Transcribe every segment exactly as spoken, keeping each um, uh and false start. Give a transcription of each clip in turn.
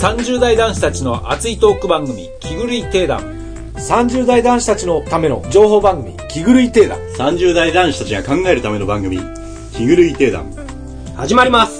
さんじゅう代男子たちの熱いトーク番組気狂い定談。 さんじゅう代男子たちのための情報番組気狂い定談。 さんじゅう代男子たちが考えるための番組気狂い定談始まります。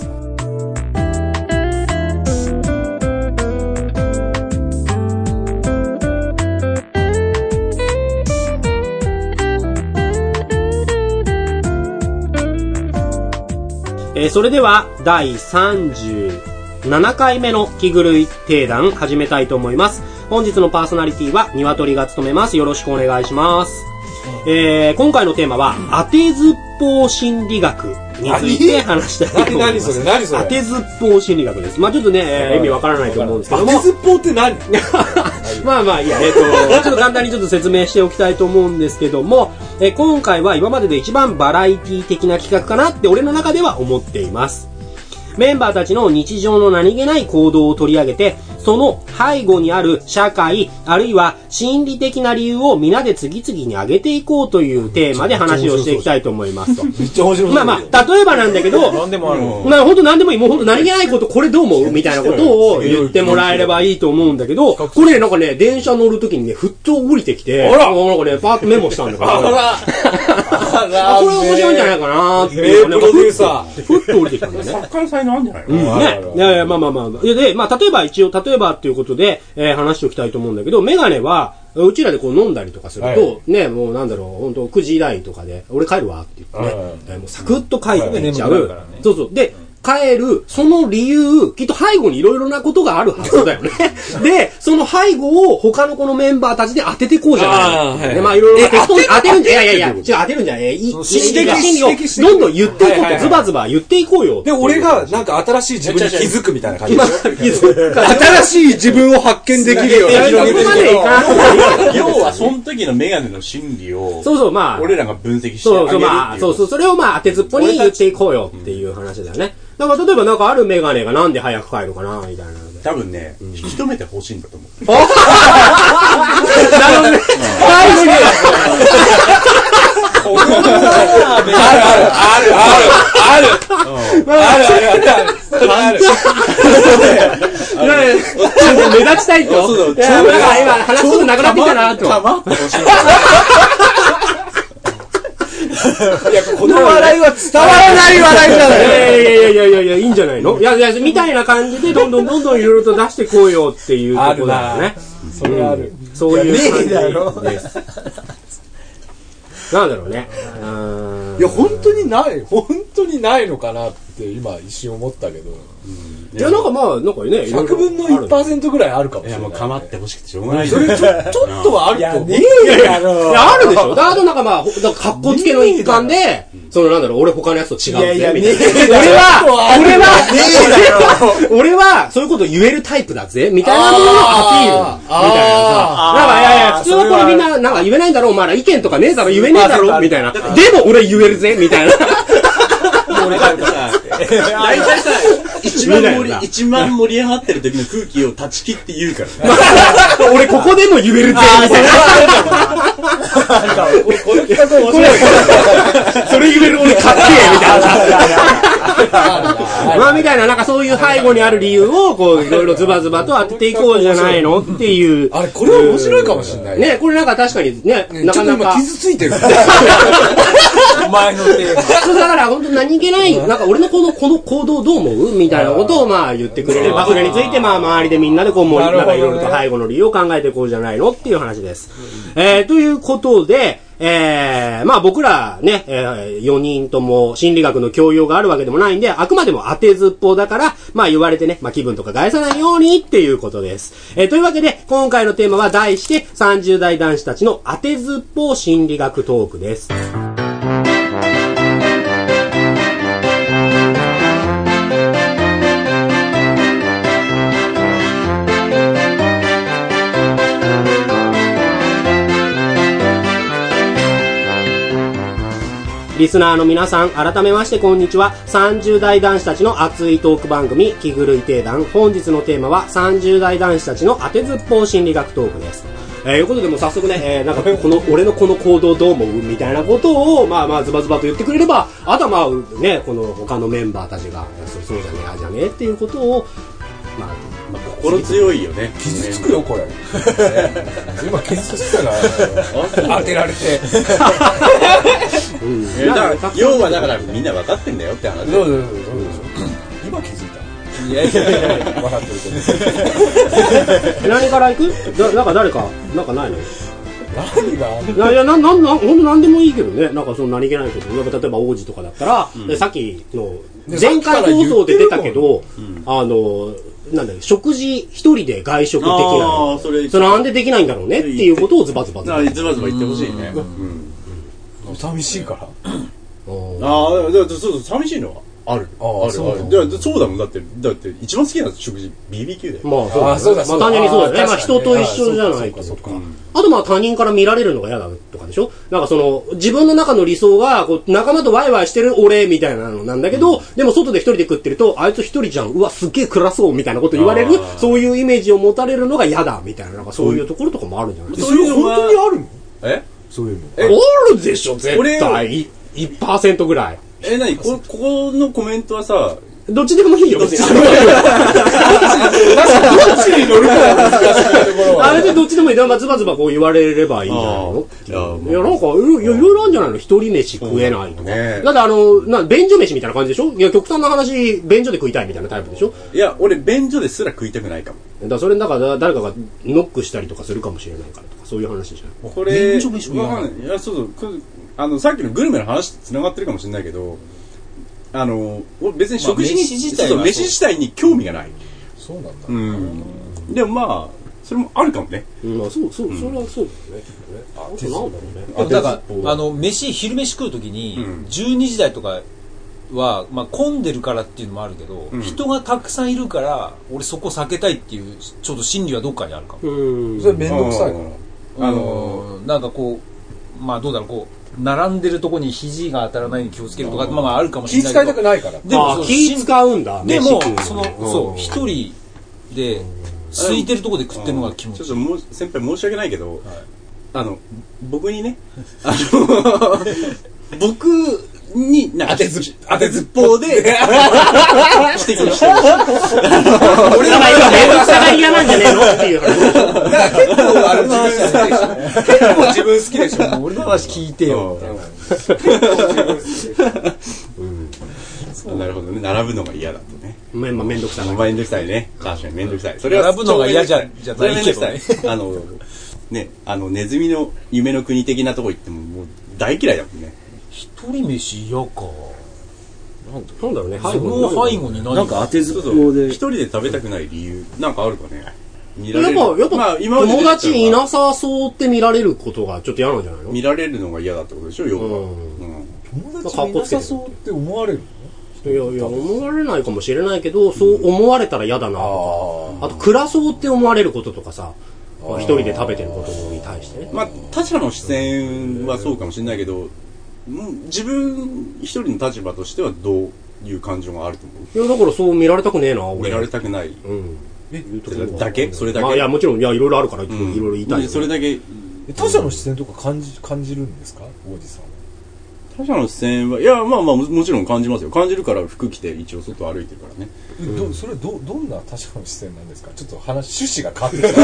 えー、それではだいさんじゅうななかいめの気狂い定談始めたいと思います。本日のパーソナリティは鶏が務めます。よろしくお願いします。えー、今回のテーマは当てずっぽう心理学について話したいと思います。 何それ何それ。 当てずっぽう心理学です。まあちょっとね、えー、意味わからないと思うんですけども。 当てずっぽうって何まあまあいいや、えっと、ちょっと簡単にちょっと説明しておきたいと思うんですけども、えー、今回は今までで一番バラエティ的な企画かなって俺の中では思っています。メンバーたちの日常の何気ない行動を取り上げて、その背後にある社会、あるいは心理的な理由を皆で次々に挙げていこうというテーマで話をしていきたいと思いますと。 めっちゃ面白い。 まあまあ、例えばなんだけど、 何でもある。 まあ本当何でもいい。もう本当何気ないこと、これどう思うみたいなことを言ってもらえればいいと思うんだけど、これね、なんかね、電車乗るときにね、ふっと降りてきて、 あらなんかね、パーッとメモしたんだから。 あらあらこれ面白いんじゃないかなーって名プロデューサー。ふっと降りてきたんだよね。 作家の才能あるんじゃないの、 うん、ね。いやいや、まあまあまあ。で、まあ、例えば一応、例えばっていうことで、えー、話しておきたいと思うんだけど、メガネは、うちらでこう飲んだりとかすると、はい、ね、もうなんだろう、本当くじ台とかで、俺帰るわって言ってね、はい、もうサクッと帰っていっちゃう。はいね、そうそう。で、帰る、その理由、きっと背後にいろいろなことがあるはずだよね。で、その背後を他のこのメンバーたちで当てていこうじゃないの。はい、でまあいろいろテストに当てるんじゃ、いやいやいや、違う、当てるんじゃない。心理的心理をどんどん言っていこうと、ズバズバ言っていこうよ。 で、俺がなんか新しい自分に気づくみたいな感じでしょ。 新しい自分を発見できるような広げていく。要はその時のメガネの心理を、 そうそう、まあ、 俺らが分析してあげるっていう。 そうそう、まあ、そうそう、それをまあ当てずっぽに言っていこうよっていう話だよね。だから例えばなんかあるメガネがなんで早く帰るかなみたいなので。 多分ね、うん、引き止めてほしいんだと思う。 なるほどね。最後に。 あるあるあるあるあるある目立ちたいと。いや、なんか今話すことなくなってきたなと。 いや、この笑いは伝わらない笑いじゃない。 いやいやいやいやいや、いいんじゃないの？いやいや、みたいな感じでどんどんどんどんいろいろと出してこうよっていうところだよね。 それある。 そういう感じです。なんだろうね。 いや、本当にない、本当にないのかなって今一瞬思ったけど。 いや、なんかまあ、なんかね、 ひゃくぶんのいちパーセント ぐらいあるかもしれない。 いや、もう構ってほしくてしょうがない。 それちょ、ちょっとはあると思う。いや、ねえやろ。いや、あるでしょ。だからなんかまあ、格好つけの一環で、そのなんだろう、俺他のやつと違うぜ。いやいや、俺は、俺は、俺は、そういうこと言えるタイプだぜ、みたいなもののアピール。みたいなさ。なんか、いやいや、普通はこれみんな、なんか言えないんだろう、お前ら意見とかねえだろ、言えねえだろ、みたいな。でも俺言えるぜ、みたいな。 俺が大体さ、一番盛り、一番盛り上がってる時の空気を断ち切って言うからね。 俺ここでも言えるぜ、みたいな。 この企画面白い。 それ言える俺かっけえ、みたいな。まあみたいな、なんかそういう背後にある理由を、こう、いろいろズバズバと当てていこうじゃないのっていう。 あれ、これは面白いかもしれない。 ね、これなんか確かにね、なかなか。 ちょっと今傷ついてる。 お前のテーマ。 そうだから本当何気ない、なんか俺のこの、この行動どう思うみたいなことをまあ言ってくれれば、それについてまあ周りでみんなでこう、なんかいろいろと背後の理由を考えていこうじゃないのっていう話です。えー、ということで、えー、まあ僕らね、えー、よにんとも心理学の教養があるわけでもないんで、あくまでも当てずっぽうだから、まあ言われてね、まあ気分とか害さないようにっていうことです。えー、というわけで、今回のテーマは題して、さんじゅう代男子たちの当てずっぽう心理学トークです。リスナーの皆さん、改めましてこんにちは。さんじゅう代男子たちの熱いトーク番組、気狂い定談。本日のテーマは、さんじゅう代男子たちの当てずっぽう心理学トークです。えー、いうことでもう早速ね、えー、なんかこの、俺のこの行動どう思うみたいなことを、まあまあズバズバと言ってくれれば、あとはまあね、この他のメンバーたちが、それそうじゃねえ、あじゃねえっていうことを、 まあ、 まあ、心強いよね。 傷つくよこれ。今傷つくから当てられて。 うん、だから要はだからみんな分かってんだよって話。 そうそうそうそう。今気づいた。いやいやいや分かってるけど。何から行く？だなんか誰かなんかないの？ 何が？ いやななんなん本当なんでもいいけどね。なんかその何気ないこと。例えば王子とかだったら、うん、さっきの前回放送で出たけど、うん、あのなんだ食事一人で外食できない。それそれなんでできないんだろうねっていうことをズバズバズバズバズバ言ってほしいね。 寂しいから。 ああそうそう寂しいのは。あるあるある。そうだもんだってだって一番好きな食事 ビービーキュー だよ。 まあそうだそうだ。まあ単純にそうだね。まあ人と一緒じゃないとか。あとまあ他人から見られるのが嫌だとかでしょ。なんかその自分の中の理想がこう仲間とワイワイしてる俺みたいなのなんだけど、でも外で一人で食ってるとあいつ一人じゃん。うわすっげえ暗そうみたいなこと言われる。そういうイメージを持たれるのが嫌だみたいななんかそういうところとかもあるんじゃないですか。 そういうの本当にあるの？ え？ そういうの。 あるでしょ絶対。いちパーセント ぐらい。え、 なにこ、ここのコメントはさ、 どっちでもいいよ、別に。どっちに乗るか難しいところは。 あれでどっちでもいい。まあ、ズバズバこう言われればいいんじゃないの？いや、なんか、いろいろあるんじゃないの？一人飯食えないとか。だってあの、な、便所飯みたいな感じでしょ？いや、極端な話、便所で食いたいみたいなタイプでしょ？ いや、俺、便所ですら食いたくないかも。 だからそれだから誰かがノックしたりとかするかもしれないからとか、そういう話じゃん。 これ、便所飯もいや、そうそう。あの、さっきのグルメの話と繋がってるかもしれないけど、あの別に食事に、まあ、飯自体は飯自体に興味がない。 そうなんだ。 うん。でもまあそれもあるかもね。 うん、まあそうそう、うん、それはそうだよね。あとなんだろうね。 でもだからあの飯昼飯食うときに、うん、じゅうにじ台とかはまあ混んでるからっていうのもあるけど、うん、人がたくさんいるから俺そこ避けたいっていうちょっと心理はどっかにあるかも。 うん。それ面倒くさいから。 あのなんかこうまあどうだろうこう。並んでるとこに肘が当たらないように気をつけるとかまあまああるかもしれないけど気使いたくないからでも気使うんだでもそのそう一人で空いてるとこで食ってるのが気持ちいい。 ちょっともう先輩申し訳ないけど、はい、あの僕にねあの僕になんか当てず当てずっぽうで指摘してる。 俺が今面倒くさがり屋なんじゃねえのっていう話。 結構ある結構自分好きでしょ。 俺の話聞いてよ。 なるほどね。並ぶのが嫌だとね。 まあ面倒くさい。 面倒くさいね。確かに面倒くさい。 それは並ぶのが嫌じゃじゃないけどね。 あのねあのネズミの夢の国的なとこ行ってももう大嫌いだもんね。 一人飯嫌か。 なんだろうね。 その背後に何なんか当てずっぽうで一人で食べたくない理由なんかあるかね。 見られるやっぱやっぱ、まあ、今友達いなさそうって見られることがちょっと嫌なんじゃないの？ 見られるのが嫌だってことでしょ。要は、うんうん、友達いなさそうって思われるの？ いやいや思われないかもしれないけど、そう思われたら嫌だなとか、あと暗そうって思われることとかさ、一人で食べてることに対してね。 まあ他者の視線はそうかもしれないけど、自分一人の立場としてはどういう感情があると思う？ いやだからそう見られたくねえな俺。 見られたくない。うん。えだけ？それだけ？ まあいやもちろんいやいろいろあるからいろいろ言いたい。 それだけ。 他者の視線とか感じ感じるんですか、王子さんは？ 他者の視線はいやまあまあもちろん感じますよ。感じるから服着て一応外歩いてるからね。 うん、どそれどどんな他者の視線なんですか？ちょっと話趣旨が変わ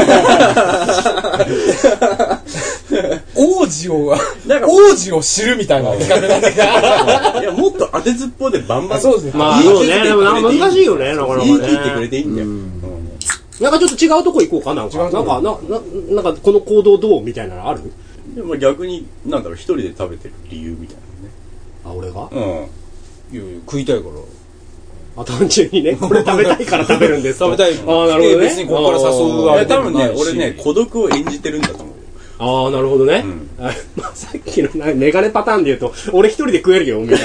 ってきた。王子をなんか王子を知るみたいな企画なんだけど。 いやもっと当てずっぽうでバンバン。 そうですね。まあそうね。でもなんか難しいよね。なかなかね。 言い切ってくれていいんだよ。 なんかちょっと違うとこ行こうかなんかなんかなななんかこの行動どうみたいなのある？ でも逆になんだろう一人で食べてる理由みたいなね。 あ俺が？ うん。いやいや食いたいから。 あ単純にねこれ食べたいから食べるんです。 食べたい。 あなるほどね。 別にここから誘うわけでもない。多分ね俺ね孤独を演じてるんだと思うよ。 ああなるほどね。うん、あまあ、さっきのメガネパターンで言うと俺一人で食えるよみたいな。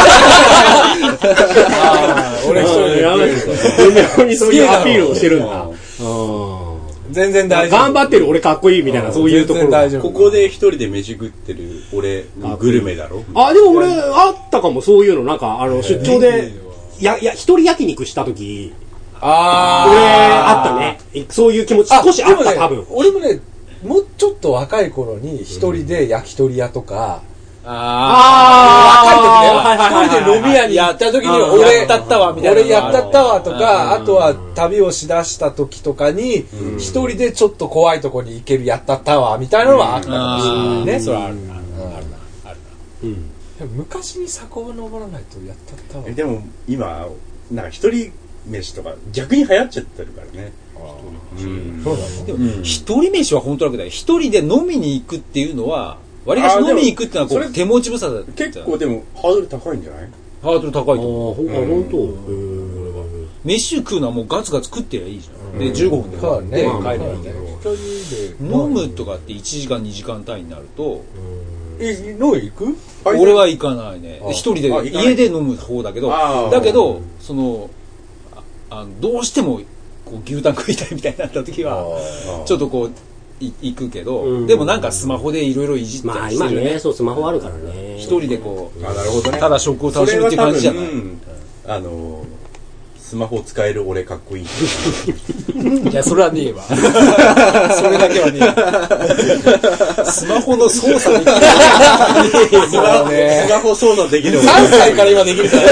あ俺一人で食える。微妙にそういうアピールをしてるんだ。 全然大丈夫。 頑張ってる俺かっこいいみたいなそういうところ。 大丈夫。ここで一人で飯食ってる俺のグルメだろ。 あでも俺あったかもそういうのなんかあの出張でやいや一人焼肉した時。あ俺あったね。そういう気持ち少しあった多分。 俺もねもうちょっと若い頃に一人で焼き鳥屋とか、 あ若い時ね、一人で飲み屋に行った時に俺やったったわみたいな。俺やったったわとか、あとは旅をしだした時とかに、一人でちょっと怖いとこに行けるやったったわみたいなのはあったかもしれないね。それはあるな。あるな。あるな。昔に坂を登らないとやったったわ。 でも今、なんか一人飯とか逆に流行っちゃってるからね。 そうだね。でも、一人飯は本当楽だよ。一人で飲みに行くっていうのは、割りかし飲みに行くってのはこう手持ち無沙汰だ。 結構でもハードル高いんじゃない？ ハードル高いと思う。 あ、本当。 飯食うのはもうガツガツ食ってりゃいいじゃん。で、じゅうごふんで帰るね。 飲むとかっていちじかんにじかん単位になると、 え、飲み行く？ 俺は行かないね。一人で家で飲む方だけど、だけど、その、あのどうしてもこう牛タン食いたいみたいになった時はちょっとこうい行くけど、うん、でもなんかスマホでいろいろいじってたりしてる、ね、まあ今ね、そうスマホあるからね。 一人でこう、 あ、なるほどね、 ただ食を楽しむっていう感じじゃない。 あのスマホを使える俺かっこいい。 いやそれはねえわ。それだけはねえ。スマホの操作できる。 スマホね、スマホ操作できる。 さんさいから今できるから。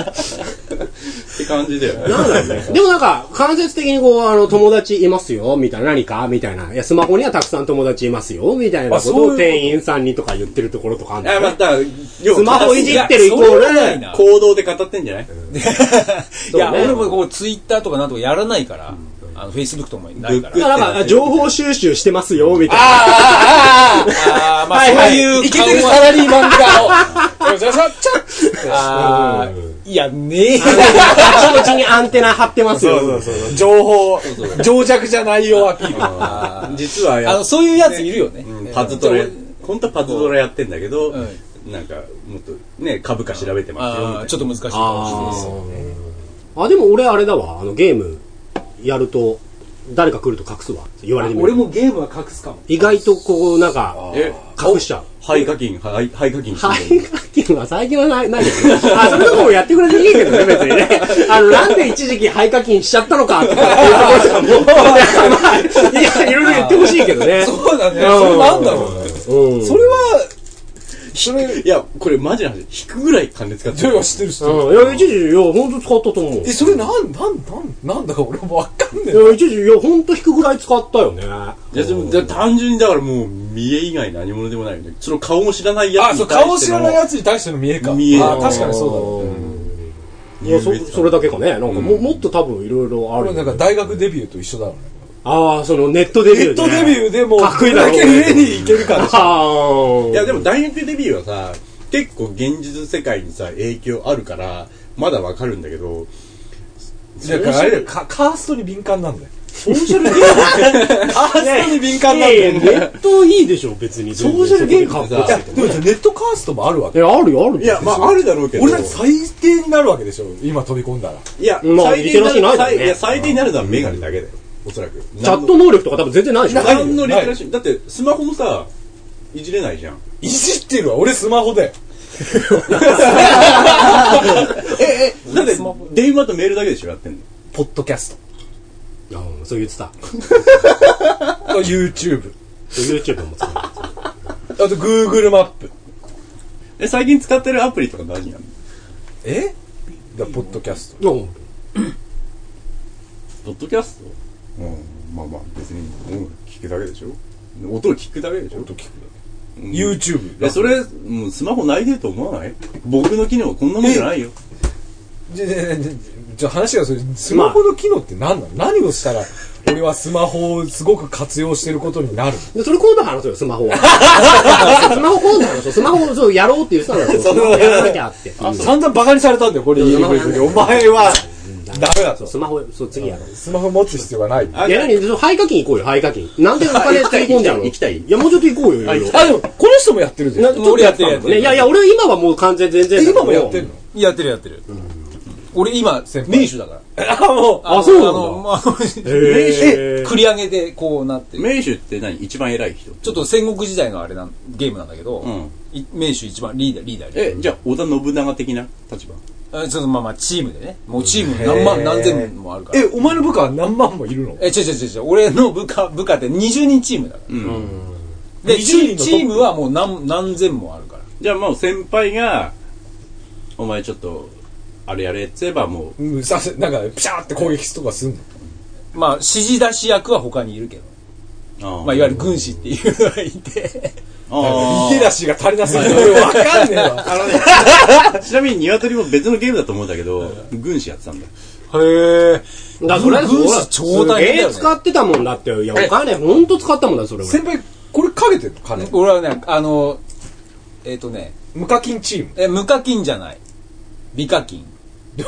って感じだよね。 なんだろうね。でもなんか、間接的にこう、あの、友達いますよ、みたいな、何かみたいな。いや、スマホにはたくさん友達いますよ、みたいなことを店員さんにとか言ってるところとかあるんだよね。 あ、また、 スマホいじってるイコール、 行動で語ってんじゃない？ いや、俺もこう、ツイッターとかなんとかやらないから、あの、フェイスブックとかもないから。 だから、情報収集してますよ、みたいな。 ああ、 ああ、まあ、そういう、 イケてるサラリーマンが、ちょちょちょああ、いや、ねえ。 あちこちにアンテナ張ってますよ。 そうそうそう。情報、情弱じゃないよ、アピール。実はあの、そういうやついるよね。 パズドラ、本当はパズドラやってんだけど、なんか、もっとね、株価調べてますよ、みたいな。 ちょっと難しいかもしれないですよね。 あ、でも俺あれだわ、あの、ゲームやると、誰か来ると隠すわ。言われてみる。 俺もゲームは隠すかも。 意外とこう、なんか、隠しちゃう。 廃課金、廃課金。 廃課金は最近はない、ないですね。あ、それとかもやってくれていいけどね、別にね。あの、なんで一時期廃課金しちゃったのか、とかっていうところとかも、まあ、いや、いろいろ言ってほしいけどね。 そうだね。それなんだろうね。それは、 それ、いや、これマジな話、引くぐらい金使ってる。いや、知ってる知ってる。 いや、一時、いや、ほんと使ったと思う。 え、それなん、なん、なん、なんだか俺もわかんねえ。 いや、一時、いや、ほんと引くぐらい使ったよね。いや、でも、単純にだからもう、見栄以外何者でもないよね。その顔も知らないやつに対しての。 あ、そう、顔知らないやつに対しての見栄か。 見栄。 あ、確かにそうだね。いや、そ、それだけかね。なんかも、もっと多分いろいろある。 これなんか大学デビューと一緒だろうね。 ああ、そのネットデビュー。 ネットデビューでも、 かっこいいだろ。 だけ上に行けるからさ。 いや、でも大学デビューはさ、結構現実世界にさ影響あるからまだわかるんだけど、 だからあれだよ、カーストに敏感なんだよ。ソーシャルゲームカーストに敏感なんだよ。 ネットいいでしょ別に。 ソーシャルゲームってさ、でもネットカーストもあるわけ。 いや、あるよあるよ。 いや、まああるだろうけど。 俺だって最低になるわけでしょ今飛び込んだら。 いや、最低になる。いや、最低になるのはメガネだけだよ。おそらく。 チャット能力とか多分全然ないでしょ。 何のリテラシーだってスマホもさいじれないじゃん。 いじってるわ。俺スマホで。 え、え、なんで電話とメールだけでしょやってんの？ ポッドキャスト。ああ、そう言ってた。 YouTube。 YouTube も使う。 あと Google マップ。 え、最近使ってるアプリとか何やんの？ え？だポッドキャスト。 ポッドキャスト？うん、まあまあ別に音楽聞くだけでしょ？音を聞くだけでしょ？ 音聞くだけ。YouTube。 いや、それ、もうスマホ泣いてると思わない？僕の機能はこんなもんじゃないよ。 じゃ、じゃ、じゃ、話がそれ、スマホの機能って何なの？何をしたら、俺はスマホをすごく活用してることになるの？それ今度話すよ、スマホは。スマホ今度話すよ。スマホをそうやろうって言ってたんだよ。スマホやらなきゃって。 散々バカにされたんだよ、これ言う時に。お前は、ダメだと。 スマホ、そう、次やろう。 スマホ持つ必要がない。いや、なに、廃課金行こうよ、廃課金。なんでお金つぎ込んじゃうの？ 行きたい。 いや、もうちょっと行こうよ。 あ、でも、この人もやってるじゃん。 俺やってるやってる。 いやいや、俺今はもう完全全然。 今もやってるの？ やってるやってる。俺今、名手だから。 あ、もう。 あ、そうなんだ。 まあ、名手、繰り上げでこうなってる。 名手って何？一番偉い人？ ちょっと戦国時代のあれなん、ゲームなんだけど、名手一番リーダー、リーダー。 え、じゃあ、織田信長的な立場？ ちょっとまあまあチームでね。もうチーム何万、何千もあるから。 え、お前の部下は何万もいるの？ え、違う違う違う。俺の部下、部下ってにじゅうにんチームだから。 え、 で、チームはもう何、何千もあるから。 じゃあもう先輩が、お前ちょっと、あれやれって言えばもう。 うん、させ、なんか、ピシャーって攻撃とかすんの？ まあ、指示出し役は他にいるけど。あまあ、いわゆる軍師っていうのがいて。 ああ。リテラシーが足りなすぎて、俺わかんねえわ。 あのね、ちなみに鶏も別のゲームだと思うんだけど、軍師やってたんだよ。 へえ。 だそれは軍師超大変だよね。 使ってたもんだって。いや、お金ほんと使ったもんだ、それは。 先輩、これかけてるの金。 俺はね、あの、えっとね。 無課金チーム。 え、無課金じゃない。美課金。 い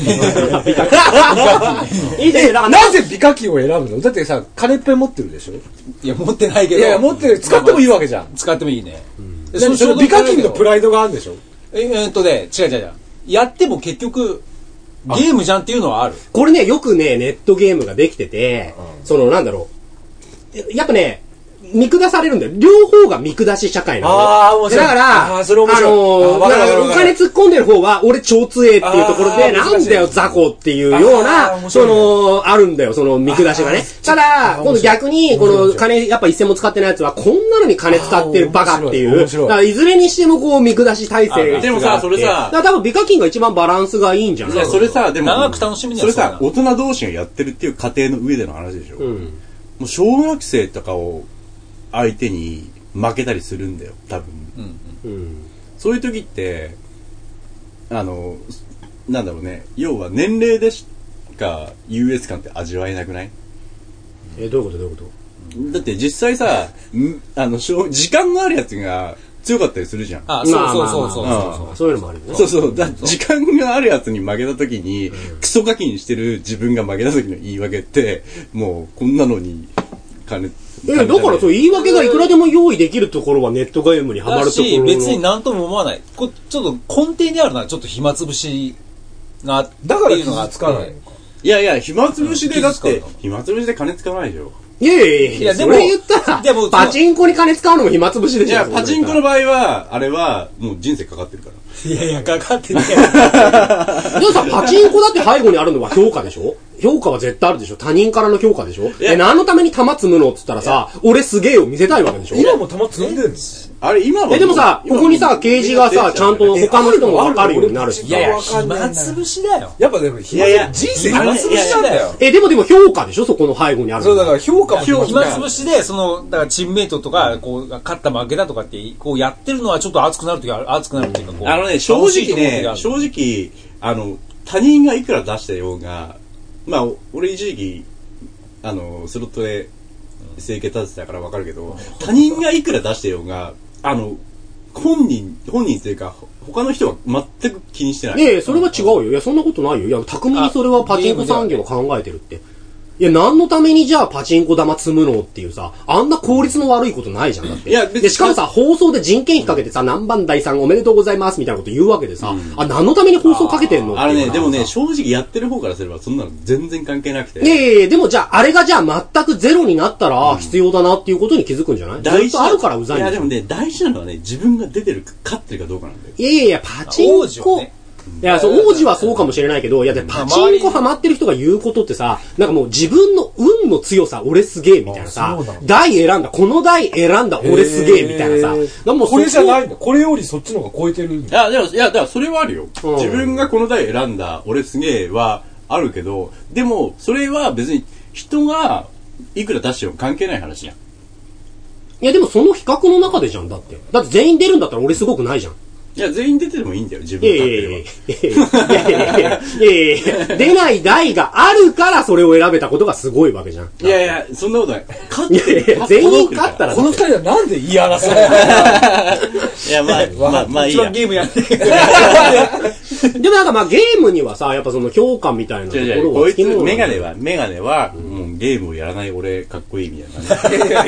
いね、なぜ美課金を選ぶの？だってさ、金いっぱい持ってるでしょ？ いや、持ってないけど。 いや、持ってる。使ってもいいわけじゃん。 使ってもいいね。 うん、その美課金のプライドがあるんでしょ？ え、えー、っとね、違う違う違う。やっても結局、ゲームじゃんっていうのはある。 これね、よくね、ネットゲームができてて、うん、その、なんだろう。やっぱね、見下されるんだよ。両方が見下し社会なの。 ああ、面白い。 だから、 あ、それ面白い。 あのー、お金突っ込んでる方は、俺超強えっていうところで、なんだよ、雑魚っていうような、その、あるんだよ、その見下しがね。ただ、今度逆に、この金、やっぱ一銭も使ってないやつは、こんなのに金使ってるバカっていう。だから、いずれにしてもこう、見下し体制が。 でもさ、それさ、 だから多分美課金が一番バランスがいいんじゃない？ いや、それさ、でも、 長く楽しみにそれさ、大人同士がやってるっていう過程の上での話でしょ。うん。もう小学生とかを、相手に負けたりするんだよ多分、うんうん、そういう時ってあのなんだろうね要は年齢でしか優越感って味わえなくない？ えどういうことどういうことだって実際さあの時間のあるやつが強かったりするじゃん。 あ、そうそうそうそうそう。 そういうのもあるよね。 そうそう。だ時間があるやつに負けた時に、うん、クソ課金してる自分が負けた時の言い訳って、もうこんなのに金、 え、だからそう言い訳がいくらでも用意できるところはネットゲームにハマるところの。 別に何とも思わない。こちょっと根底にあるのはちょっと暇つぶしがあってだから傷つかないのか。 いやいや、暇つぶしでだって、暇つぶしで金使わないでしょ。 いやいやいや、いやでも、それ言ったら、でもパチンコに金使うのも暇つぶしでしょ。いや、パチンコの場合は、あれは、もう人生かかってるから。 いやいや、かかってねえ。 でもさ、パチンコだって背後にあるのは評価でしょ？評価は絶対あるでしょ？他人からの評価でしょ？え、何のために玉積むのって言ったらさ、俺すげえを見せたいわけでしょ？ 今も玉積んでるんですあれ、今はえ、でもさ、ここにさ、掲示がさ、ちゃんと他の人もわかるようになるし。 いやいや、暇つぶしだよ。 やっぱでも、いやいや、人生暇つぶしだよ。 え、でもでも評価でしょ？そこの背後にある。 そう、だから評価も暇つぶしで、その、だからチームメイトとか、こう、勝った負けだとかって、こうやってるのはちょっと熱くなるときは熱くなるっていうか、こう。 あのね、正直ね、正直、あの、他人がいくら出したようが、まあ、俺一時期、あの、スロットで生計立ててたからわかるけど、他人がいくら出してようが、あの、本人、本人というか、他の人は全く気にしてない。 いやいや、それは違うよ。いや、そんなことないよ。いや、巧みにそれはパチンコ産業を考えてるって。いや、何のためにじゃあパチンコ玉積むのっていうさ、あんな効率の悪いことないじゃん、だって。いや、で、しかもさ、放送で人件費かけてさ、何番台さんおめでとうございますみたいなこと言うわけでさ、うん、あ、何のために放送かけてんのって。 あれね、でもね、正直やってる方からすればそんなの全然関係なくて。 いやいやいや、でもじゃあ、あれがじゃあ全くゼロになったら必要だなっていうことに気づくんじゃない？うん、大事あるからうざいんだよ。 いや、でもね、大事なのはね、自分が出てるか、勝ってるかどうかなんだよ。 いやいやいや、パチンコ。いや、そう、王子はそうかもしれないけど、いや、で、パチンコハマってる人が言うことってさ、なんかもう自分の運の強さ、俺すげえみたいなさ、台選んだ、この台選んだ、俺すげえみたいなさ、 だもうこれじゃないんだ。これよりそっちの方が超えてるんだ。いや、でも、いや、だからそれはあるよ。うん、自分がこの台選んだ、俺すげえはあるけど、でも、それは別に人がいくら出しても関係ない話じゃん。 いや、でもその比較の中でじゃん、だって。だって全員出るんだったら俺すごくないじゃん。 いや、全員出ててもいいんだよ、自分勝手れば。いやいやいやいやいや出ない台があるからそれを選べたことがすごいわけじゃん。 いやいや、そんなことない。勝ってる。 全員勝ったら。 この二人はなんで言い争うの？ いや、まあ、まあ、まあいいや。 ゲームやってでもなんかまあゲームにはさ、やっぱその評価みたいなところがつきもの。こいつ、メガネは、メガネは、もうゲームをやらない俺、かっこいいみたいな。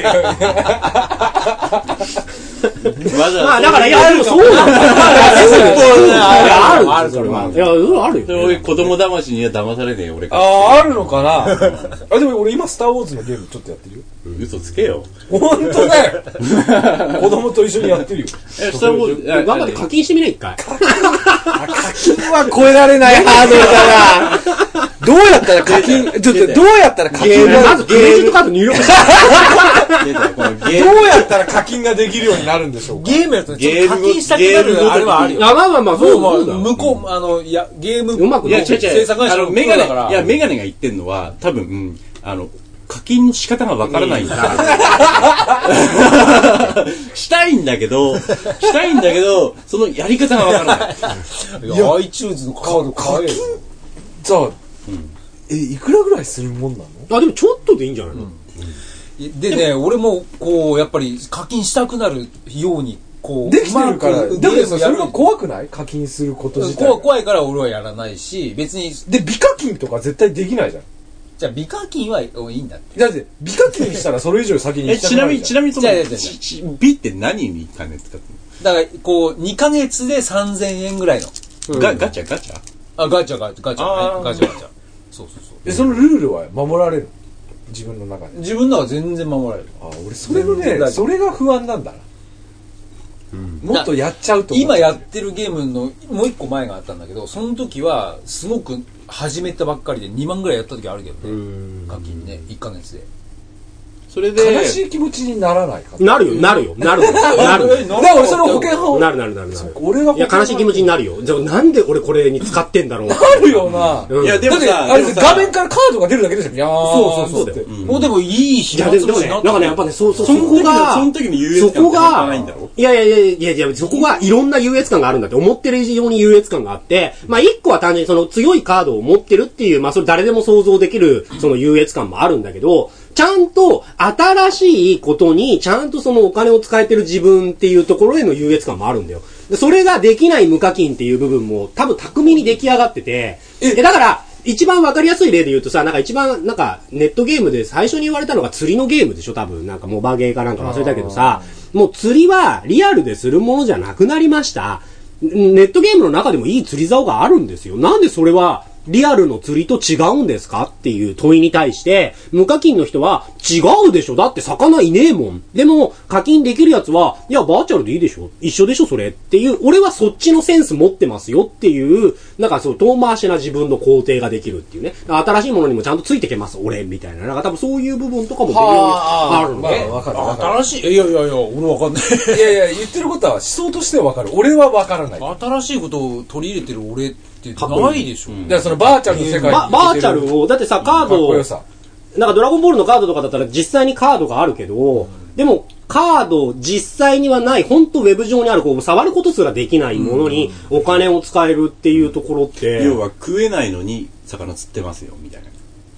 まあだから、いや、でもそうなんだ。ある、ある、それは。いや、あるよ。 そういう子供騙しには騙されねえよ、俺。 ああ、あるのかなあ、でも俺今、スターウォーズのゲームちょっとやってるよ。 嘘つけよ。 本当だよ。子供と一緒にやってるよ。 え、それも、 頑張って課金してみない一回。 課金は超えられないハードルだな。どうやったら課金、ちょっとどうやったら課金が、 まずクレジットカード入力して。 どうやったら課金ができるようになるんでしょうか。 ゲームやとちょっと課金したくなるあれはあるよ。 あ、まあまあまあ、そうもう、向こう、あの、いや、ゲーム、 うまくいや、違う違う。 制作会社のメガネ、 だから。 いや、メガネが言ってんのは、多分、あの、課金の仕方がわからないんだ。したいんだけど、したいんだけど、そのやり方がわからない。 いや、iTunes のカード買えよ。 じゃあ、え、いくらぐらいするもんなの？ あ、でもちょっとでいいんじゃないの？ でね、俺も、こう、やっぱり課金したくなるように、こう、 できてるから、でもそやるれが怖くない？課金すること自体。 怖いから俺はやらないし、別に。 で、美課金とか絶対できないじゃん。 じゃあ、美課金はいいんだって。 だって、美課金したらそれ以上先にえ、ちなみに、ちなみにその、美って何に金使ってるの？だから、こう、にかげつでさんぜんえんぐらいの。 ガガチャガチャあ、ガチャガチャ、ガチャ、ガチャガチャ。そうそうそう。 え、そのルールは守られる？自分の中で。 自分のは全然守られる。 あ、俺それのね、それが不安なんだな。もっとやっちゃうと今やってるゲームのもう一個前があったんだけど、その時はすごく始めたばっかりでにまんぐらいやった時あるけどね、課金ね、いっかげつで。 それで悲しい気持ちにならないか。 なるよ、なるよ、なるよ。なるよ。 だから俺その保険法。 なるなるなるなる。 俺がいや、悲しい気持ちになるよ。じゃあなんで俺これに使ってんだろう。 なるよな。 いや、でもさ、 あれ画面からカードが出るだけでしょ。いやー、 そうそうそうだよ。 もうでもいい日いや、でもね、なんかね、やっぱね、そうそう、そこが、 その時の優越感って半端ないんだろ？ いやいやいやいやいや、そこがいろんな優越感があるんだって、思ってる以上に優越感があって、まあ一個は単純にその強いカードを持ってるっていう、まあそれ誰でも想像できるその優越感もあるんだけど、ちゃんと新しいことにちゃんとそのお金を使えてる自分っていうところへの優越感もあるんだよ。でそれができない無課金っていう部分も多分巧みに出来上がってて、え、だから、一番わかりやすい例で言うとさ、なんか一番、なんかネットゲームで最初に言われたのが釣りのゲームでしょ多分。なんかモバゲーかなんか忘れたけどさ、もう釣りはリアルでするものじゃなくなりました。ネットゲームの中でもいい釣り竿があるんですよ。なんでそれはリアルの釣りと違うんですかっていう問いに対して、無課金の人は違うでしょだって魚いねえもん。でも課金できるやつは、いやバーチャルでいいでしょ一緒でしょそれっていう、俺はそっちのセンス持ってますよっていう、なんかそう遠回しな自分の肯定ができるっていうね。新しいものにもちゃんとついてけます俺みたいな。なんか多分そういう部分とかも微妙にあるんで。 まあわかるわかる。 新しい、いやいやいや、俺わかんない。 いやいや、言ってることは思想としてはわかる。俺はわからない。 新しいことを取り入れてる俺ってないでしょ。 だからそのバーチャルの世界にババーチャルを、だってさ、カードを、なんかドラゴンボールのカードとかだったら実際にカードがあるけど、うん、でもカード実際にはない、本当ウェブ上にある、こう触ることすらできないものにお金を使えるっていうところって。 要は食えないのに魚釣ってますよ、みたいな。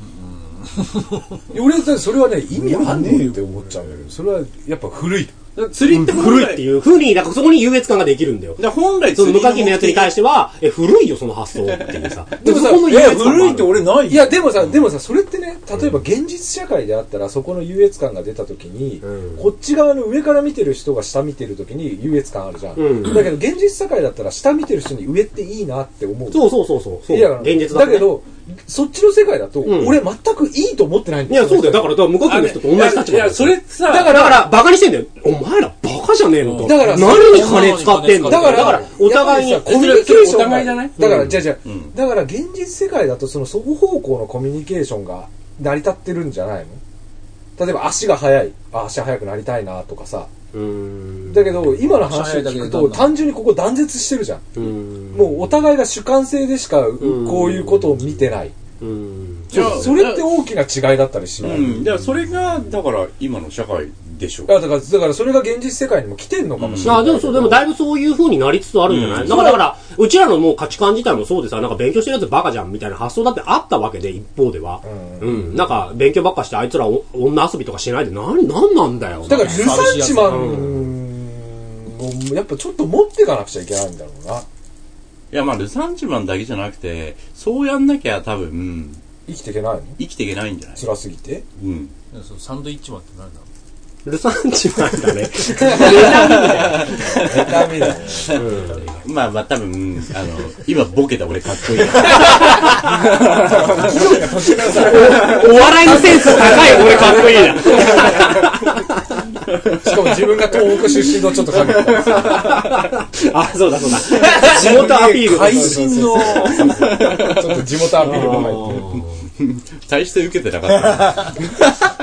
うん、俺、それはね、意味あんねえって思っちゃうんだけど、それはやっぱ古い。 釣りって古いっていう風に、だからそこに優越感ができるんだよ。 だ本来その無課金のやつに対しては、え、古いよ、その発想っていうさ。 でもさ、 いや、古いって俺ない。 いや、でもさ、でもさ、それってね、例えば現実社会であったら、そこの優越感が出た時に、うん、こっち側の上から見てる人が下見てる時に優越感あるじゃん。うん、だけど、現実社会だったら、下見てる人に上っていいなって思う。 そうそうそうそう。 いや、 現実だ、ね、だけど、そっちの世界だと、うん、俺全くいいと思ってないんだよ。いや、そうだよ。だから、だから無課金の人と同じ立場だよ。 いや、それさ、 だから、だから、バカにしてんだよ。お前らバカじゃねえのと。 だから、 何に金使ってんのだから、 だから、お互いにコミュニケーションが。 お互いじゃないだから、じゃあじゃあ、だから現実世界だと、その双方向のコミュニケーションが成り立ってるんじゃないの？例えば、足が速い。あ、足速くなりたいな、とかさ。うーんだけど、今の話を聞くと、単純にここ断絶してるじゃん。うーんもうお互いが主観性でしか、こういうことを見てない。うんそれって大きな違いだったりしない、 うん、だからそれがだから今の社会でしょう。 だからだからそれが現実世界にも来てんのかもしれない、 うん、あでもそうでもだいぶそういう風になりつつあるんじゃない、うん、だからだからうちらのもう価値観自体もそうでさなんか勉強してるやつバカじゃんみたいな発想だってあったわけで一方では、うん、うん、なんか勉強ばっかしてあいつら女遊びとかしないで何なんなんだよ。 だからじゅうさんちまん、うん、やっぱちょっと持っていかなくちゃいけないんだろうな。 いやまあルサンチマンだけじゃなくてそうやんなきゃ多分生きていけないの？ 生きていけないんじゃない？ 辛すぎて。 うん。 サンドイッチマンって何だろう？ ルサンチマンだね。 妬みだね。 うん、まあまあ多分、あの、今ボケた俺かっこいい。 お笑いのセンス高い俺かっこいいな。しかも自分が東北出身のちょっと影。 あ、そうだそうだ。地元アピール。 会心の、 ちょっと地元アピールも入ってる。 大して受けてなかった。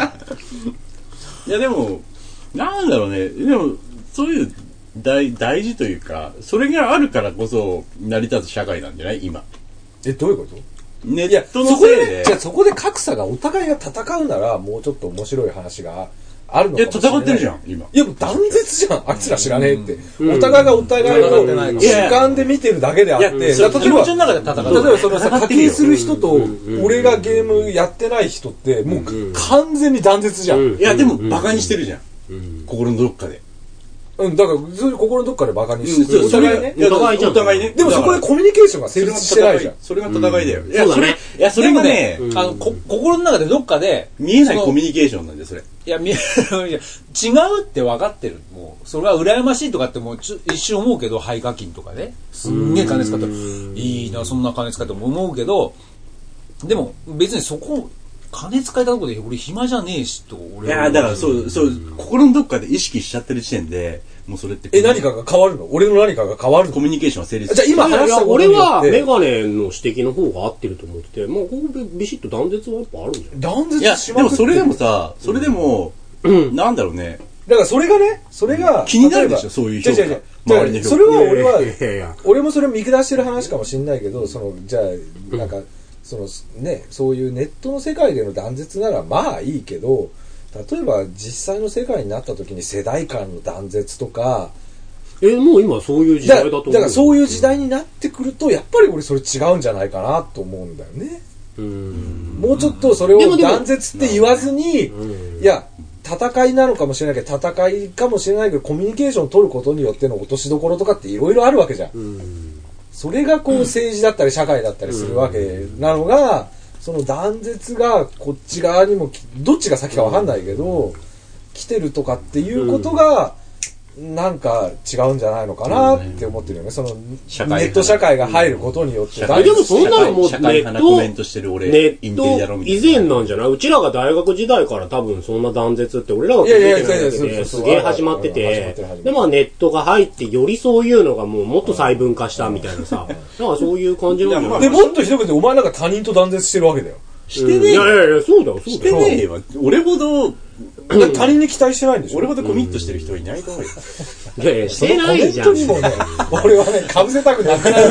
いやでも、なんだろうね。でも、そういう大、大事というか、それがあるからこそ成り立つ社会なんじゃない今。 え、どういうこと？ ネいや、 ットのせいで。 じゃあそこで格差がお互いが戦うなら、もうちょっと面白い話があるのかもしれない。 いや、戦ってるじゃん、今。 いや、もう断絶じゃん。あいつら知らねえって。うん、お互いがお互いの主観で見てるだけであって、例えば、 気持ちの中で戦う。 例えばそのさ、課金する人と、俺がゲームやってない人って、もう完全に断絶じゃん。 いや、でもバカにしてるじゃん。心のどっかで。 うん、だから、そういう心のどっかでバカにしてる。 お互いね。お互いじゃん。お互いね。 でもそこでコミュニケーションが成立してないじゃん。 それが戦いだよ。いや、 それ、いや、それがね、 あの、心の中でどっかで、 見えないコミュニケーションなんだよ、それ。 いや、見えない。違うって分かってる。もう、それは羨ましいとかってもう一瞬思うけど、廃課金とかね。すんげえ金使ったら、いいな、そんな金使っても思うけど、でも別にそこ、金使えたとこで俺暇じゃねえしと俺は。 いやだからそうそう心のどっかで意識しちゃってる時点でもうそれってえ何かが変わるの？俺の何かが変わるの？ コミュニケーションは成立。 じゃあ今話したことによって俺はメガネの指摘の方が合ってると思ってて、まあここビシッと断絶はやっぱあるんじゃない？ 断絶しまくってる。いやでもそれでもさそれでも、うん、なんだろうね。 だからそれがねそれが気になるでしょそういう評価。 周りの評価。それは俺は俺もそれ見下してる話かもしれないけどそのじゃあなんか。うんそのね、そういうネットの世界での断絶ならまあいいけど例えば実際の世界になった時に世代間の断絶とかえもう今そういう時代だと思う。 だからそういう時代になってくるとやっぱり俺それ違うんじゃないかなと思うんだよね。うーんもうちょっとそれを断絶って言わずにいや戦いなのかもしれないけど戦いかもしれないけどコミュニケーションを取ることによっての落としどころとかっていろいろあるわけじゃん。うんそれがこう政治だったり社会だったりするわけなのが、その断絶がこっち側にもどっちが先か分かんないけど来てるとかっていうことがなんか違うんじゃないのかなって思ってるよね。そのネット社会が入ることによって。 でもそんなのもうネットネット以前なんじゃない？うちらが大学時代から多分そんな断絶って俺らが気づいてないだけですげえ始まってて、でまあネットが入ってよりそういうのがもうもっと細分化したみたいなさ、なんかそういう感じなんじゃない？ でもっとひどくてお前なんか他人と断絶してるわけだよ。 してねえよ。 いやいやいやそうだよそうだよ。 してねえよ。俺ほど他人に期待してないんでしょ。 俺ほどコミットしてる人はいないと思うよ。 いやいやしてないじゃん。 本当にもね、俺はねかぶせたくなくなる。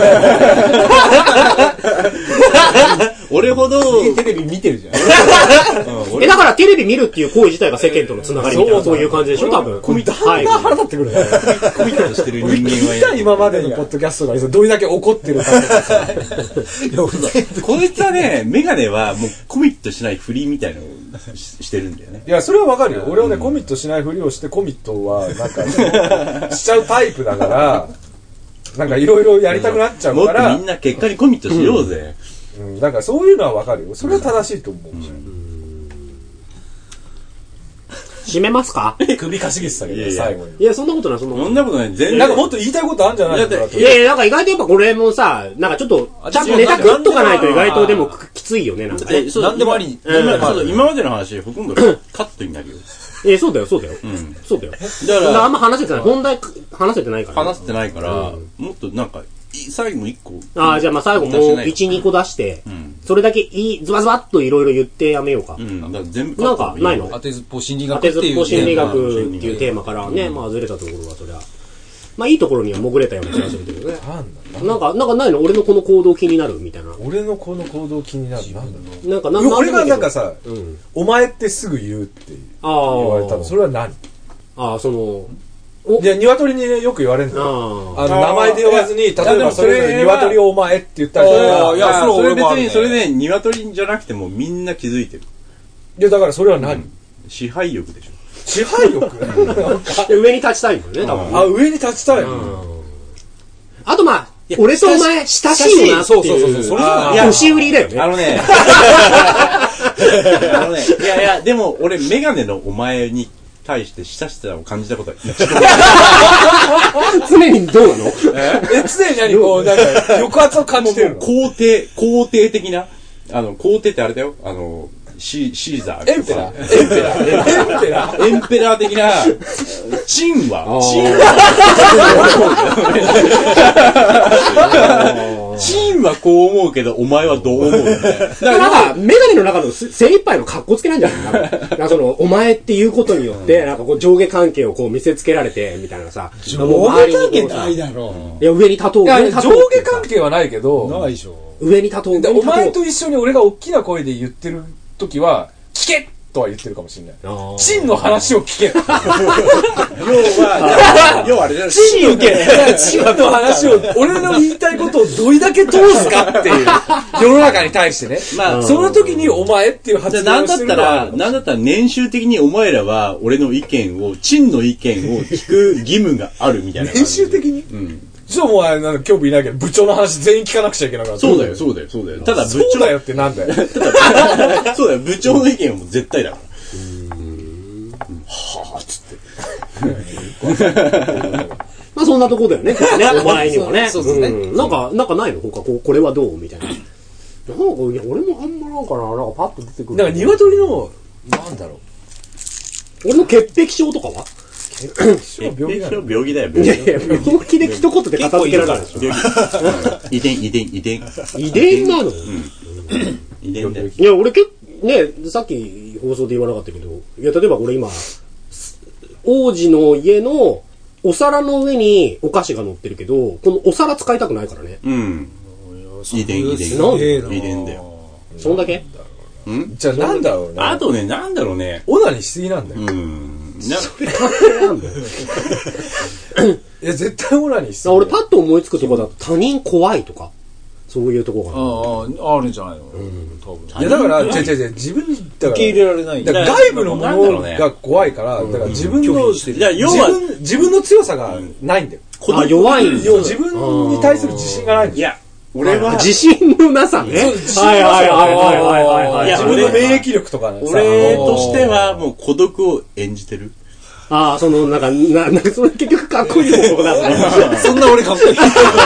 俺ほどテレビ見てるじゃん。 えだからテレビ見るっていう行為自体が世間とのつながりみたいなそういう感じでしょ多分。 コミットはい腹立ってくるね。 コミットしてる人間は今までのポッドキャストがどれだけ怒ってるか。 こいつはねメガネはもうコミットしないフリーみたいなのをしてるんだよね。 いやそれはわかるよ。俺はねコミットしないふりをしてコミットはなんかしちゃうタイプだからなんかいろいろやりたくなっちゃうから、 もっとみんな結果にコミットしようぜ。 うん、だからそういうのはわかるよ。それは正しいと思う。うん、 締めますか？ 首かしげてたけど、いやいや最後に。 いや、そんなことない、そんなことない。 そんなことない、全然。 なんかもっと言いたいことあるんじゃないのかいやいや、なんか意外とやっぱこれもさ、なんかちょっと、ちゃんとネタ食っとかないと意外とでもきついよね、なんか。 え、なんでもあり。 今までの話、ほとんどカットになるよ。 え、そうだよ、そうだよ。うん。そうだよ。だから、あんま話せてない。本題、話せてないから。 話せてないから、もっとなんか、最後一個。 ああ、じゃあまあ最後もう一、二個出して、それだけいい、ズバズバっといろいろ言ってやめようか。うん。だから全部なんか、ないの？ 当てずっぽ心理学っていう。当てずっぽ心理学っていうテーマからね、まあずれたところはそりゃ。まあいいところには潜れたような気がするけどね。なんか、なんかないの？俺のこの行動気になるみたいな。 俺のこの行動気になる。なんだろう。 なんか、なんか、 俺がなんかさ、お前ってすぐ言うって言われたの。それは何？ ああ、その、 いや、鶏にね、よく言われるんだよ。あの、名前で呼ばずに、例えばそれぞれ鶏をお前って言ったりとか。 いや、それ別に、それね、鶏じゃなくてもみんな気づいてる。 いや、だからそれは何？ 支配欲でしょ。 支配欲上に立ちたいんだよね、多分。 あ、上に立ちたい。 あとまあ、俺とお前、親しいよなっていう。そうそうそう。それは、押し売りだよね。 あのね、あのね、いやいや、でも俺、メガネのお前に対して親しさを感じたことは常にどうなの？ え、常に何こう、なんか、抑圧を感じてるの？ 肯定、肯定的な、あの、肯定ってあれだよ、あの、シ, シーザーエンペラーエンペラーエンペラーエンペラー的なチンはチンはチンはこう思うけどお前はどう思うみたいな。だからなんかメガネの中の精一杯の格好つけなんじゃない？なんかそのお前っていうことによってなんかこう上下関係をこう見せつけられてみたいなさ。 上下関係ないだろう。 いや上に立とう。 上下関係はないけど。 ないでしょ。 上に立とう。 お前と一緒に俺が大きな声で言ってる時は聞けとは言ってるかもしれない。チンの話を聞け。要は、要はあれだよ。 チン受け。チンの話を、俺の言いたいことをどれだけ通すかっていう、世の中に対してね。まあ、その時にお前っていう発言をしてるのは。 なんだったら、なんだったら年収的にお前らは俺の意見を、チンの意見を聞く義務があるみたいな。 年収的に？うん。ちょっともう、なんか興味ないけど、部長の話全員聞かなくちゃいけなかった。 そうだよ、そうだよ、そうだよ。ただ部長。 そうだよってなんだよ。ただそうだよ、部長の意見はもう絶対だから。はぁ、つって。まあそんなとこだよね、ね、お前にはね。 そうですね。 なんか、なんかないの？他、これはどうみたいな。なんか、いや、俺もあんまなんかな、なんかパッと出てくる。 だから鶏の、なんだろう。 俺の潔癖症とかは？ 病気だよ、病気だよ。 いやいや、病気で一言で片付けられるでしょ。 遺伝、遺伝、遺伝。 遺伝なの？ 遺伝だよ。 いや、俺結構、ね、さっき放送で言わなかったけど、いや、例えばこれ今、王子の家のお皿の上にお菓子が乗ってるけど、このお皿使いたくないからね。 うん。遺伝、遺伝。 なんで？ 遺伝だよ。 そんだけ？ ん？ じゃあなんだろうね。 あとね、なんだろうね。 オナニーしすぎなんだよ。 うん。 それ関係なんだよ。 いや、絶対オナニーしすぎ。 俺パッと思いつくとこだと他人怖いとか。そういうとこがああ、あるんじゃないの？うん、多分。 いや、だから、違う違う違う、自分、 受け入れられない。 だから外部のものが怖いから、だから自分の、自分、自分の強さがないんだよ。 あ、弱いんだよ。自分に対する自信がないんだよ。 いや、俺は。 自信のなさね。はいはいはいはいはい。 自分の免疫力とかね。 俺としては、もう孤独を演じてる。 ああ、その、なんか、な、な、それ結局かっこいい方法なんだね。 そんな俺かっこいい。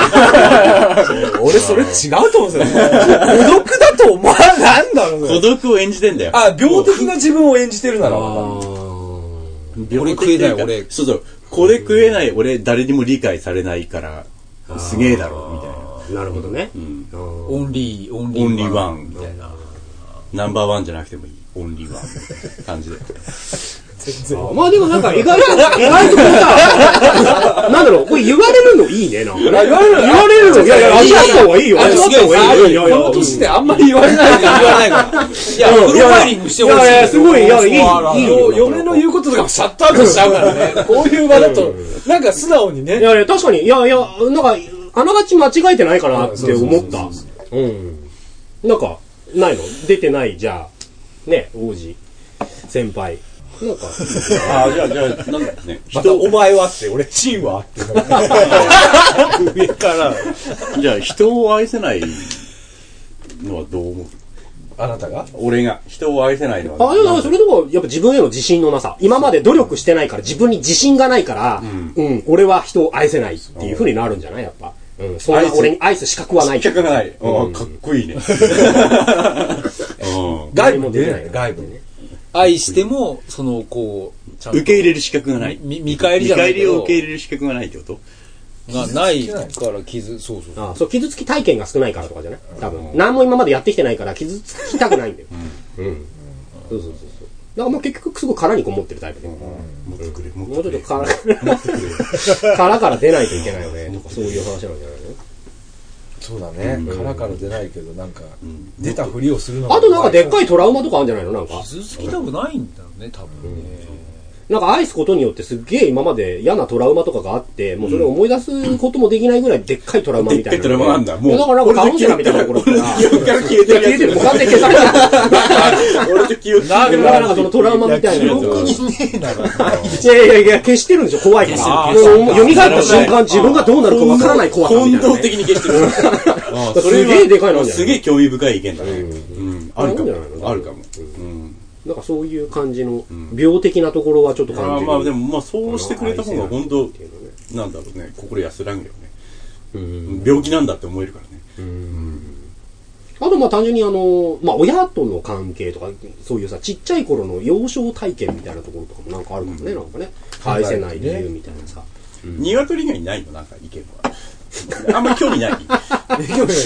俺それ違うと思うんですよ。孤独だと思わなんだろう孤独を演じてんだよ。 あ、病的な自分を演じてるなら。 俺食えない俺。 そうそう。これ食えない俺誰にも理解されないから、すげえだろ、みたいな。なるほどね。 オンリー、オンリー。オンリーワン、みたいな。ナンバーワンじゃなくてもいい。オンリーワン。感じで。 まあでもなんか意外と、意外とこうさ、なんだろう、これ言われるのいいね、なんか。言われるの言われるのいやいや、味わった方がいいよ。味わった方がいいよ。 この年であんまり言われないから。 言わないから。いや、プロファイリングしてほしい。 いやいや、すごい、いや、いい、いいよ。 嫁の言うこととかもシャットアウトしちゃうからね。こういう場だと、なんか素直にね。 いやいや、確かに、いやいや、なんか、あながち間違えてないかなって思った。うん。なんか、ないの？出てない、じゃあ、ね、王子、先輩。なんか、 ああ、じゃあ、じゃあ、なんだね。 またお前はって、俺、チンはって。上から。 じゃあ、人を愛せないのはどう思う？ あなたが？ 俺が。人を愛せないのは。 あ、いや、それでも、やっぱ自分への自信のなさ。今まで努力してないから、自分に自信がないから、うん、うん、俺は人を愛せないっていう風になるんじゃないやっぱ。うん、そんな俺に愛す資格はない。 資格がない。うん、かっこいいね。 外部も出ない。外部ね。 愛しても、その、こう、 ちゃんと受け入れる資格がない。 見、見返りじゃないけど。 見返りを受け入れる資格がないってことがないから傷、そうそう。 ああ、そう、傷つき体験が少ないからとかじゃない多分。何も今までやってきてないから傷つきたくないんだよ。うん。うん。そうそうそうそう。だからまあ結局すごい殻にこもってるタイプで。もっとくれ、 もうちょっと殻、殻から出ないといけないよね。とかそういう話なんじゃないの？ そうだね。殻から出ないけど、なんか、出たふりをするのあとなんかでっかいトラウマとかあるんじゃないのなんか。 傷つきたくないんだろうね、多分ね。 なんか愛すことによってすっげえ今まで嫌なトラウマとかがあって、もうそれを思い出すこともできないぐらいでっかいトラウマみたいな。 でっかいトラウマなんだ。もう。 だからなんかカウンセラーみたいなところから。 記憶から消えてる。 消えてる。もう完全に消された。 俺と記憶だからなんかそのトラウマみたいなやつが。 記憶にねえなら。 いやいやいや、消してるんでしょ、怖いから。蘇った瞬間自分がどうなるかわからない怖さみたいな。 本能的に消してる。 すげえでかいのあるんじゃない？ すげえ興味深い意見だね。うん。あるかも。あるかも。うん。 なんかそういう感じの病的なところはちょっと感じる。 まあまあでもまあそうしてくれた方が本当なんだろうね、心安らぐよね。うん、病気なんだって思えるからね。うん、 あとまあ単純にあの、まあ親との関係とか、そういうさ、ちっちゃい頃の幼少体験みたいなところとかもなんかあるかもね、うん、なんかね。愛せない理由みたいなさ。 うん、鶏以外にないのなんか意見は。あんまり興味ない。興味ない。こいつが言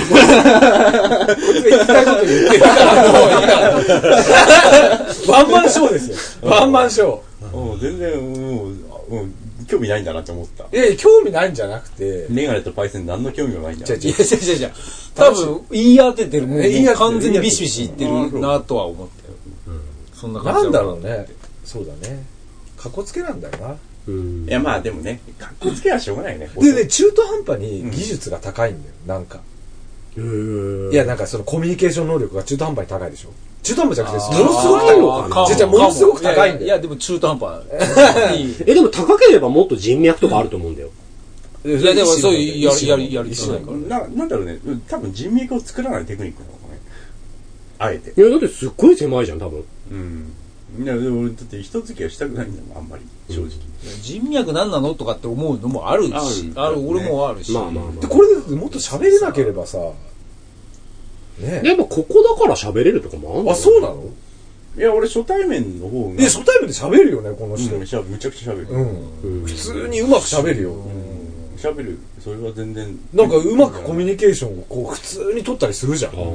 いたいこと言ってるからもういいから。ワンマンショーですよ。ワンマンショー。 もう全然もう、もう興味ないんだなって思った。 いや興味ないんじゃなくて。 メガネとパイセン何の興味もないんだ。 違う違う違う違う。多分言い当ててるもう完全にビシビシ言ってるなとは思ったよ。うん、そんな感じなんだろうね。そうだね。かっこつけなんだよな。 うん、いやまあでもね、かっこつけはしょうがないね。 でね、中途半端に技術が高いんだよ、うん、なんか。いやなんかそのコミュニケーション能力が中途半端に高いでしょ。中途半端じゃなくて、ものすごく高いのかな。じゃものすごく高いんだよ。 いやでも中途半端。 え、でも高ければもっと人脈とかあると思うんだよ。 うん、いやでもそういうやりやりやりしないから。 ななんだろうね、多分人脈を作らないテクニックなのかね。あえて。 いやだってすっごい狭いじゃん多分。 うん。いやでも俺だって人付き合いしたくないんだもんあんまり正直、うん、 人脈何なのとかって思うのもあるしある、ね、俺もあるし、 まあまあまあ、でこれでもっと喋れなければさねでもここだから喋れるとかもあるんだよ。 あそうなの。 いや俺初対面の方がいや初対面で喋るよねこの人、 うん、むちゃくちゃ喋る、 うんうん、普通にうまく喋るよ喋、うん、るそれは全然なんかうまくコミュニケーションをこう普通に取ったりするじゃん、うん、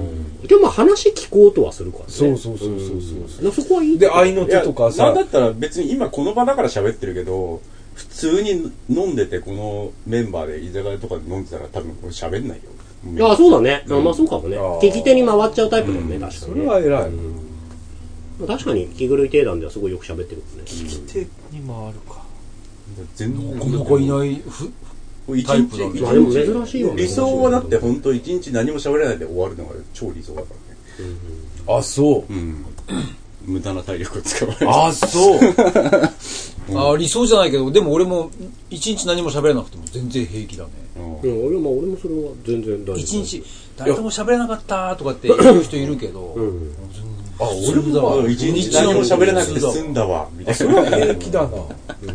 でもまあ話聞こうとはするからね。 そうそうそうそうそう、うん、 そこはいいで合いの手とかさなんだったら別に今この場だから喋ってるけど普通に飲んでてこのメンバーで居酒屋とかで飲んでたら多分喋んないよ。 ああそうだね、うん、まあそうかもね。聞き手に回っちゃうタイプだもんね、うん、確かに、ね、 それは偉い、 うん、確かに気狂い定団ではすごいよく喋ってるもんね。 聞き手に回るか全然なかなかいないふタイプだね。 まあでも珍しいよね。 理想はだって本当一日何も喋らないで終わるのが超理想だからね、 うん、あそう、うん無駄な体力を使わない。 あそううん、あ理想じゃないけどでも俺も一日何も喋らなくても全然平気だね、 うん、俺, まあ俺もそれは全然大丈夫。 一日誰とも喋らなかったとかって言う人いるけど、うん、 あ俺も一日何も喋らなくて済んだわみたいな。 それは平気だな、うん、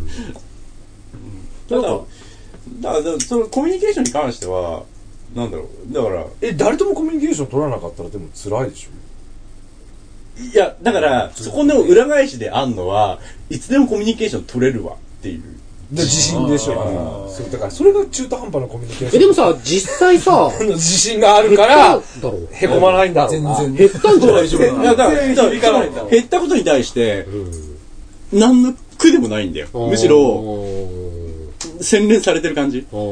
ただだからそのコミュニケーションに関してはなんだろうだからえ誰ともコミュニケーション取らなかったらでも辛いでしょ。 いやだからそこの裏返しであんのはいつでもコミュニケーション取れるわっていうで自信でしょ。そうだからそれが中途半端なコミュニケーション。 えでもさ実際さ自信があるからへこまないんだろうな。 全然減ったんじゃないでしょうか。 減ったことに対して何の苦でもないんだよ。むしろ洗練されてる感じ。うん、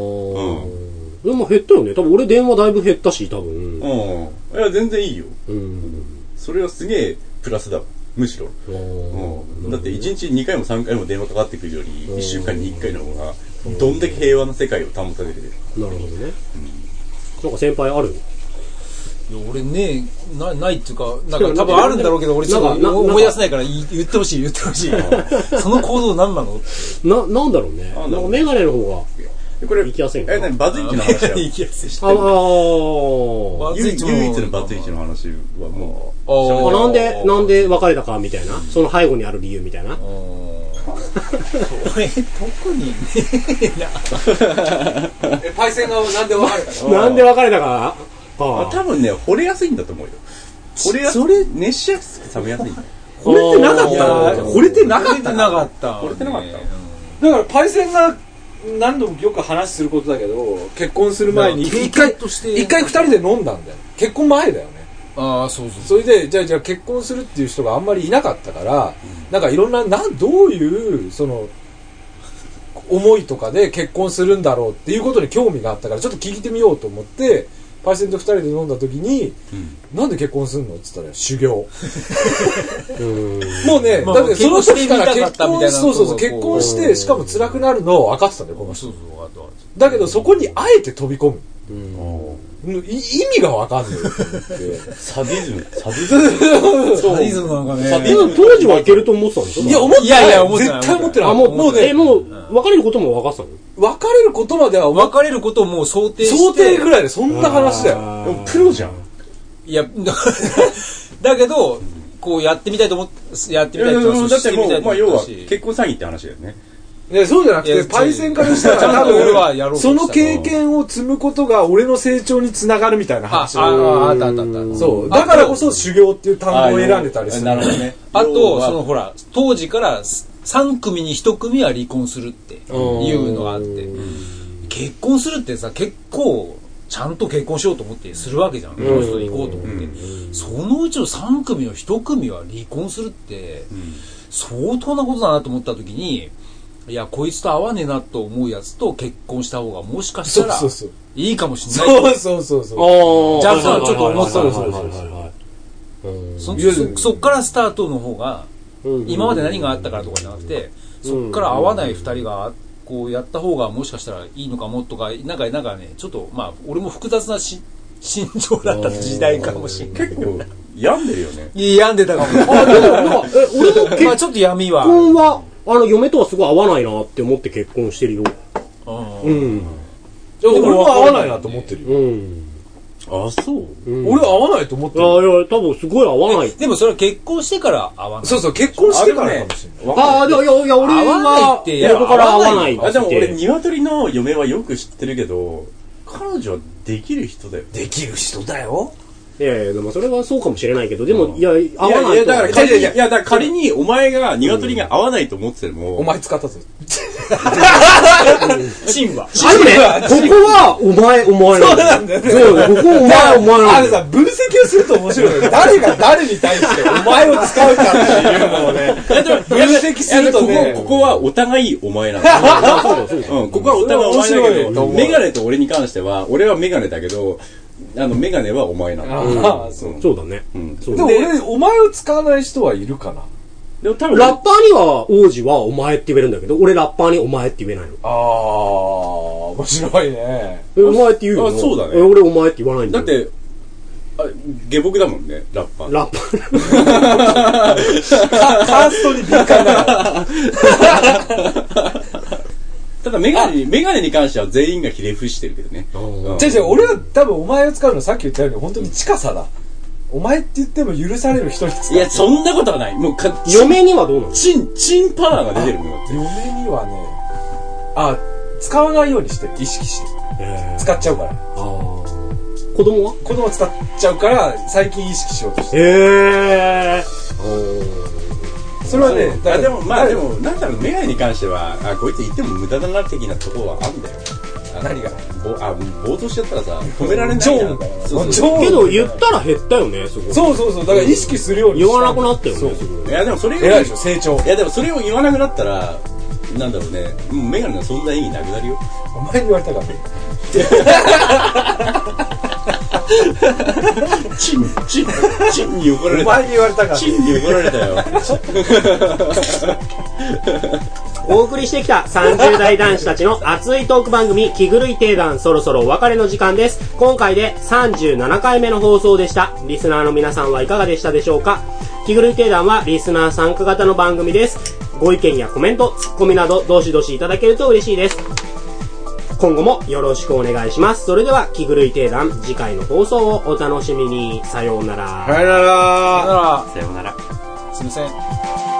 でも減ったよね。多分俺電話だいぶ減ったし多分。うん。 いや全然いいよ。うん。それはすげえプラスだ。むしろ。うん。だっていちにちにかいもさんかいも電話かかってくるよりいっしゅうかんにいっかいの方がどんだけ平和な世界を保たれてる。 なるほどね。うん、なんか先輩ある？ いや俺ねなないっていうかなんか多分あるんだろうけど俺ちょっと思い出せないから言ってほしい言ってほしい。その行動何なの？ ななんだろうね。なんかメガネの方が。 これ行きやすいの。 え、何バツイチの話は。 行きやすいしてる。ああ。 唯一のバツイチの話はもう。なんでなんで別れたかみたいな。その背後にある理由みたいな。 俺特にねえな。えパイセンがなんで別れたか。 なんで別れたか。 多分ね惚れやすいんだと思うよ。惚れやすい。それ熱しやすくて冷めやすいんだよ。 惚れてなかった。惚れてなかった。 なかった。 惚れてなかった。 だからパイセンが何度もよく話することだけど結婚する前に一回一回二人で飲んだんだよ。結婚前だよね。 ああそうそう。 それでじゃあじゃあ結婚するっていう人があんまりいなかったから、うん、なんかいろんななんどういうその思いとかで結婚するんだろうっていうことに興味があったからちょっと聞いてみようと思ってパイセンと二人で飲んだ時に、うん、なんで結婚するのって言ったら修行。もうね、だってその時から結婚そうそうそう結婚してしかも辛くなるのを分かってたんだよこの人。だけどそこにあえて飛び込む。うん、意味が分かんないと思って。 サディズムサディズムサディズムなんかね。 当時はいけると思ってたんでしょ。 いや思ってない。いやいや思ってない。 絶対思ってない。 あもうもうねもう別れることも分かってたの。 別れることまでは別れることをもう想定して想定ぐらいでそんな話だよ。 でもプロじゃん。 いやだけどこうやってみたいと思って、やってみたいと思って、 だってもう、まあ要は結婚詐欺って話だよね。 でそうじゃなくて、パイセンからしたら多分、その経験を積むことが俺の成長につながるみたいな話。 ああ、あったあったあった。 そう。だからこそ修行っていう単語を選んでたりする。 なるほどね。 あと、そのほら、当時からさん組にいち組は離婚するっていうのがあって、結婚するってさ、結構、ちゃんと結婚しようと思ってするわけじゃん。この人と行こうと思って。そのうちのさん組のいち組は離婚するって、相当なことだなと思った時に、いや、こいつと合わねえなと思うやつと結婚した方がもしかしたらいいかもしれない。 そうそうそうそう。 じゃあ、ちょっと思ったんですよ。 そそっからスタートの方が、今まで何があったからとかじゃなくて、そっから合わない二人が、こうやった方がもしかしたらいいのかもとか、なんか、なんかね、ちょっと、まあ、俺も複雑なし心情だった時代かもしれない。 結構、病んでるよね。 病んでたかも。 あ、でも、なんか、え、俺も結まあちょっと闇は。 婚は、あの、嫁とはすごい合わないなって思って結婚してるよ。うん。 俺も合わないなと思ってるよ。うん。 あ、そう、 うん、俺は合わないと思ってる。 あ、いや、多分すごい合わない。 でもそれは結婚してから合わない。 そうそう、結婚してからかもしれない。 ああ、いやいやいや、俺は、 合わないって、 横から合わないって。 あ、でも俺、鶏の嫁はよく知ってるけど、彼女はできる人だよ。 できる人だよ。 いやいや、でもそれはそうかもしれないけど、でも、いや、合わないと。 いや、だから仮に、いや、だから仮にお前が鶏が合わないと思ってても、 お前使ったぞ。 チンは。 チンね。ここは、お前、お前そうなんだよね。 そう、ここお前、お前あれさ、分析をすると面白いよ。誰が誰に対してお前を使うかっていうのをね、分析するとね。 ここはお互いお前なんだ。そうだ、そうだ。うん、ここはお互いお前だけど、メガネと俺に関しては、俺はメガネだけど、あの、メガネはお前なんだ。 ああ、そうだね。 でも俺、お前を使わない人はいるかな。 でも多分ラッパーには王子はお前って言えるんだけど、俺ラッパーにお前って言えないの。 ああ、面白いね。 お前って言うよ。 あ、そうだね。 俺お前って言わないんだだって、あ、下僕だもんね、ラッパー。 ラッパー。 カーストに敏感だから。 ただメガネに、メガネに関しては全員がひれ伏してるけどね。 違う違う、俺は多分お前を使うのさっき言ったように本当に近さだ。お前って言っても許される人に使う。 いや、そんなことはない。もうか、 嫁にはどうなの？ チン、チンパワーが出てるもんだって。 嫁にはね、あ、使わないようにしてる。意識して。使っちゃうから。あ子供は子供使っちゃうから、最近意識しようとして。 へー。 それはね、 あ、でも、まあでも、なんだろう、メガネに関しては、あ、こいつ言っても無駄だな的なところはあるんだよ。 何がぼあ、暴動しちゃったらさ、止められないじゃん。 そうそう。 けど言ったら減ったよね、すごい。 そうそうそう。だから意識するように言わなくなったよね、すごい。 いや、でもそれを。 偉いでしょ、成長。 いや、でもそれを言わなくなったら、なんだろうね、もうメガネの存在意義なくなるよ。 お前に言われたからね。 チン、チン、チンに怒られた。 お前に言われたから。 チンに怒られたよ。 お送りしてきたさんじゅう代男子たちの熱いトーク番組気狂い定談、そろそろお別れの時間です。今回でさんじゅうななかいめの放送でした。リスナーの皆さんはいかがでしたでしょうか。気狂い定談はリスナー参加型の番組です。ご意見やコメント、ツッコミなどどしどしいただけると嬉しいです。今後もよろしくお願いします。それでは気狂い定談、次回の放送をお楽しみに。さようなら。 さようなら。 さようなら。 すいません。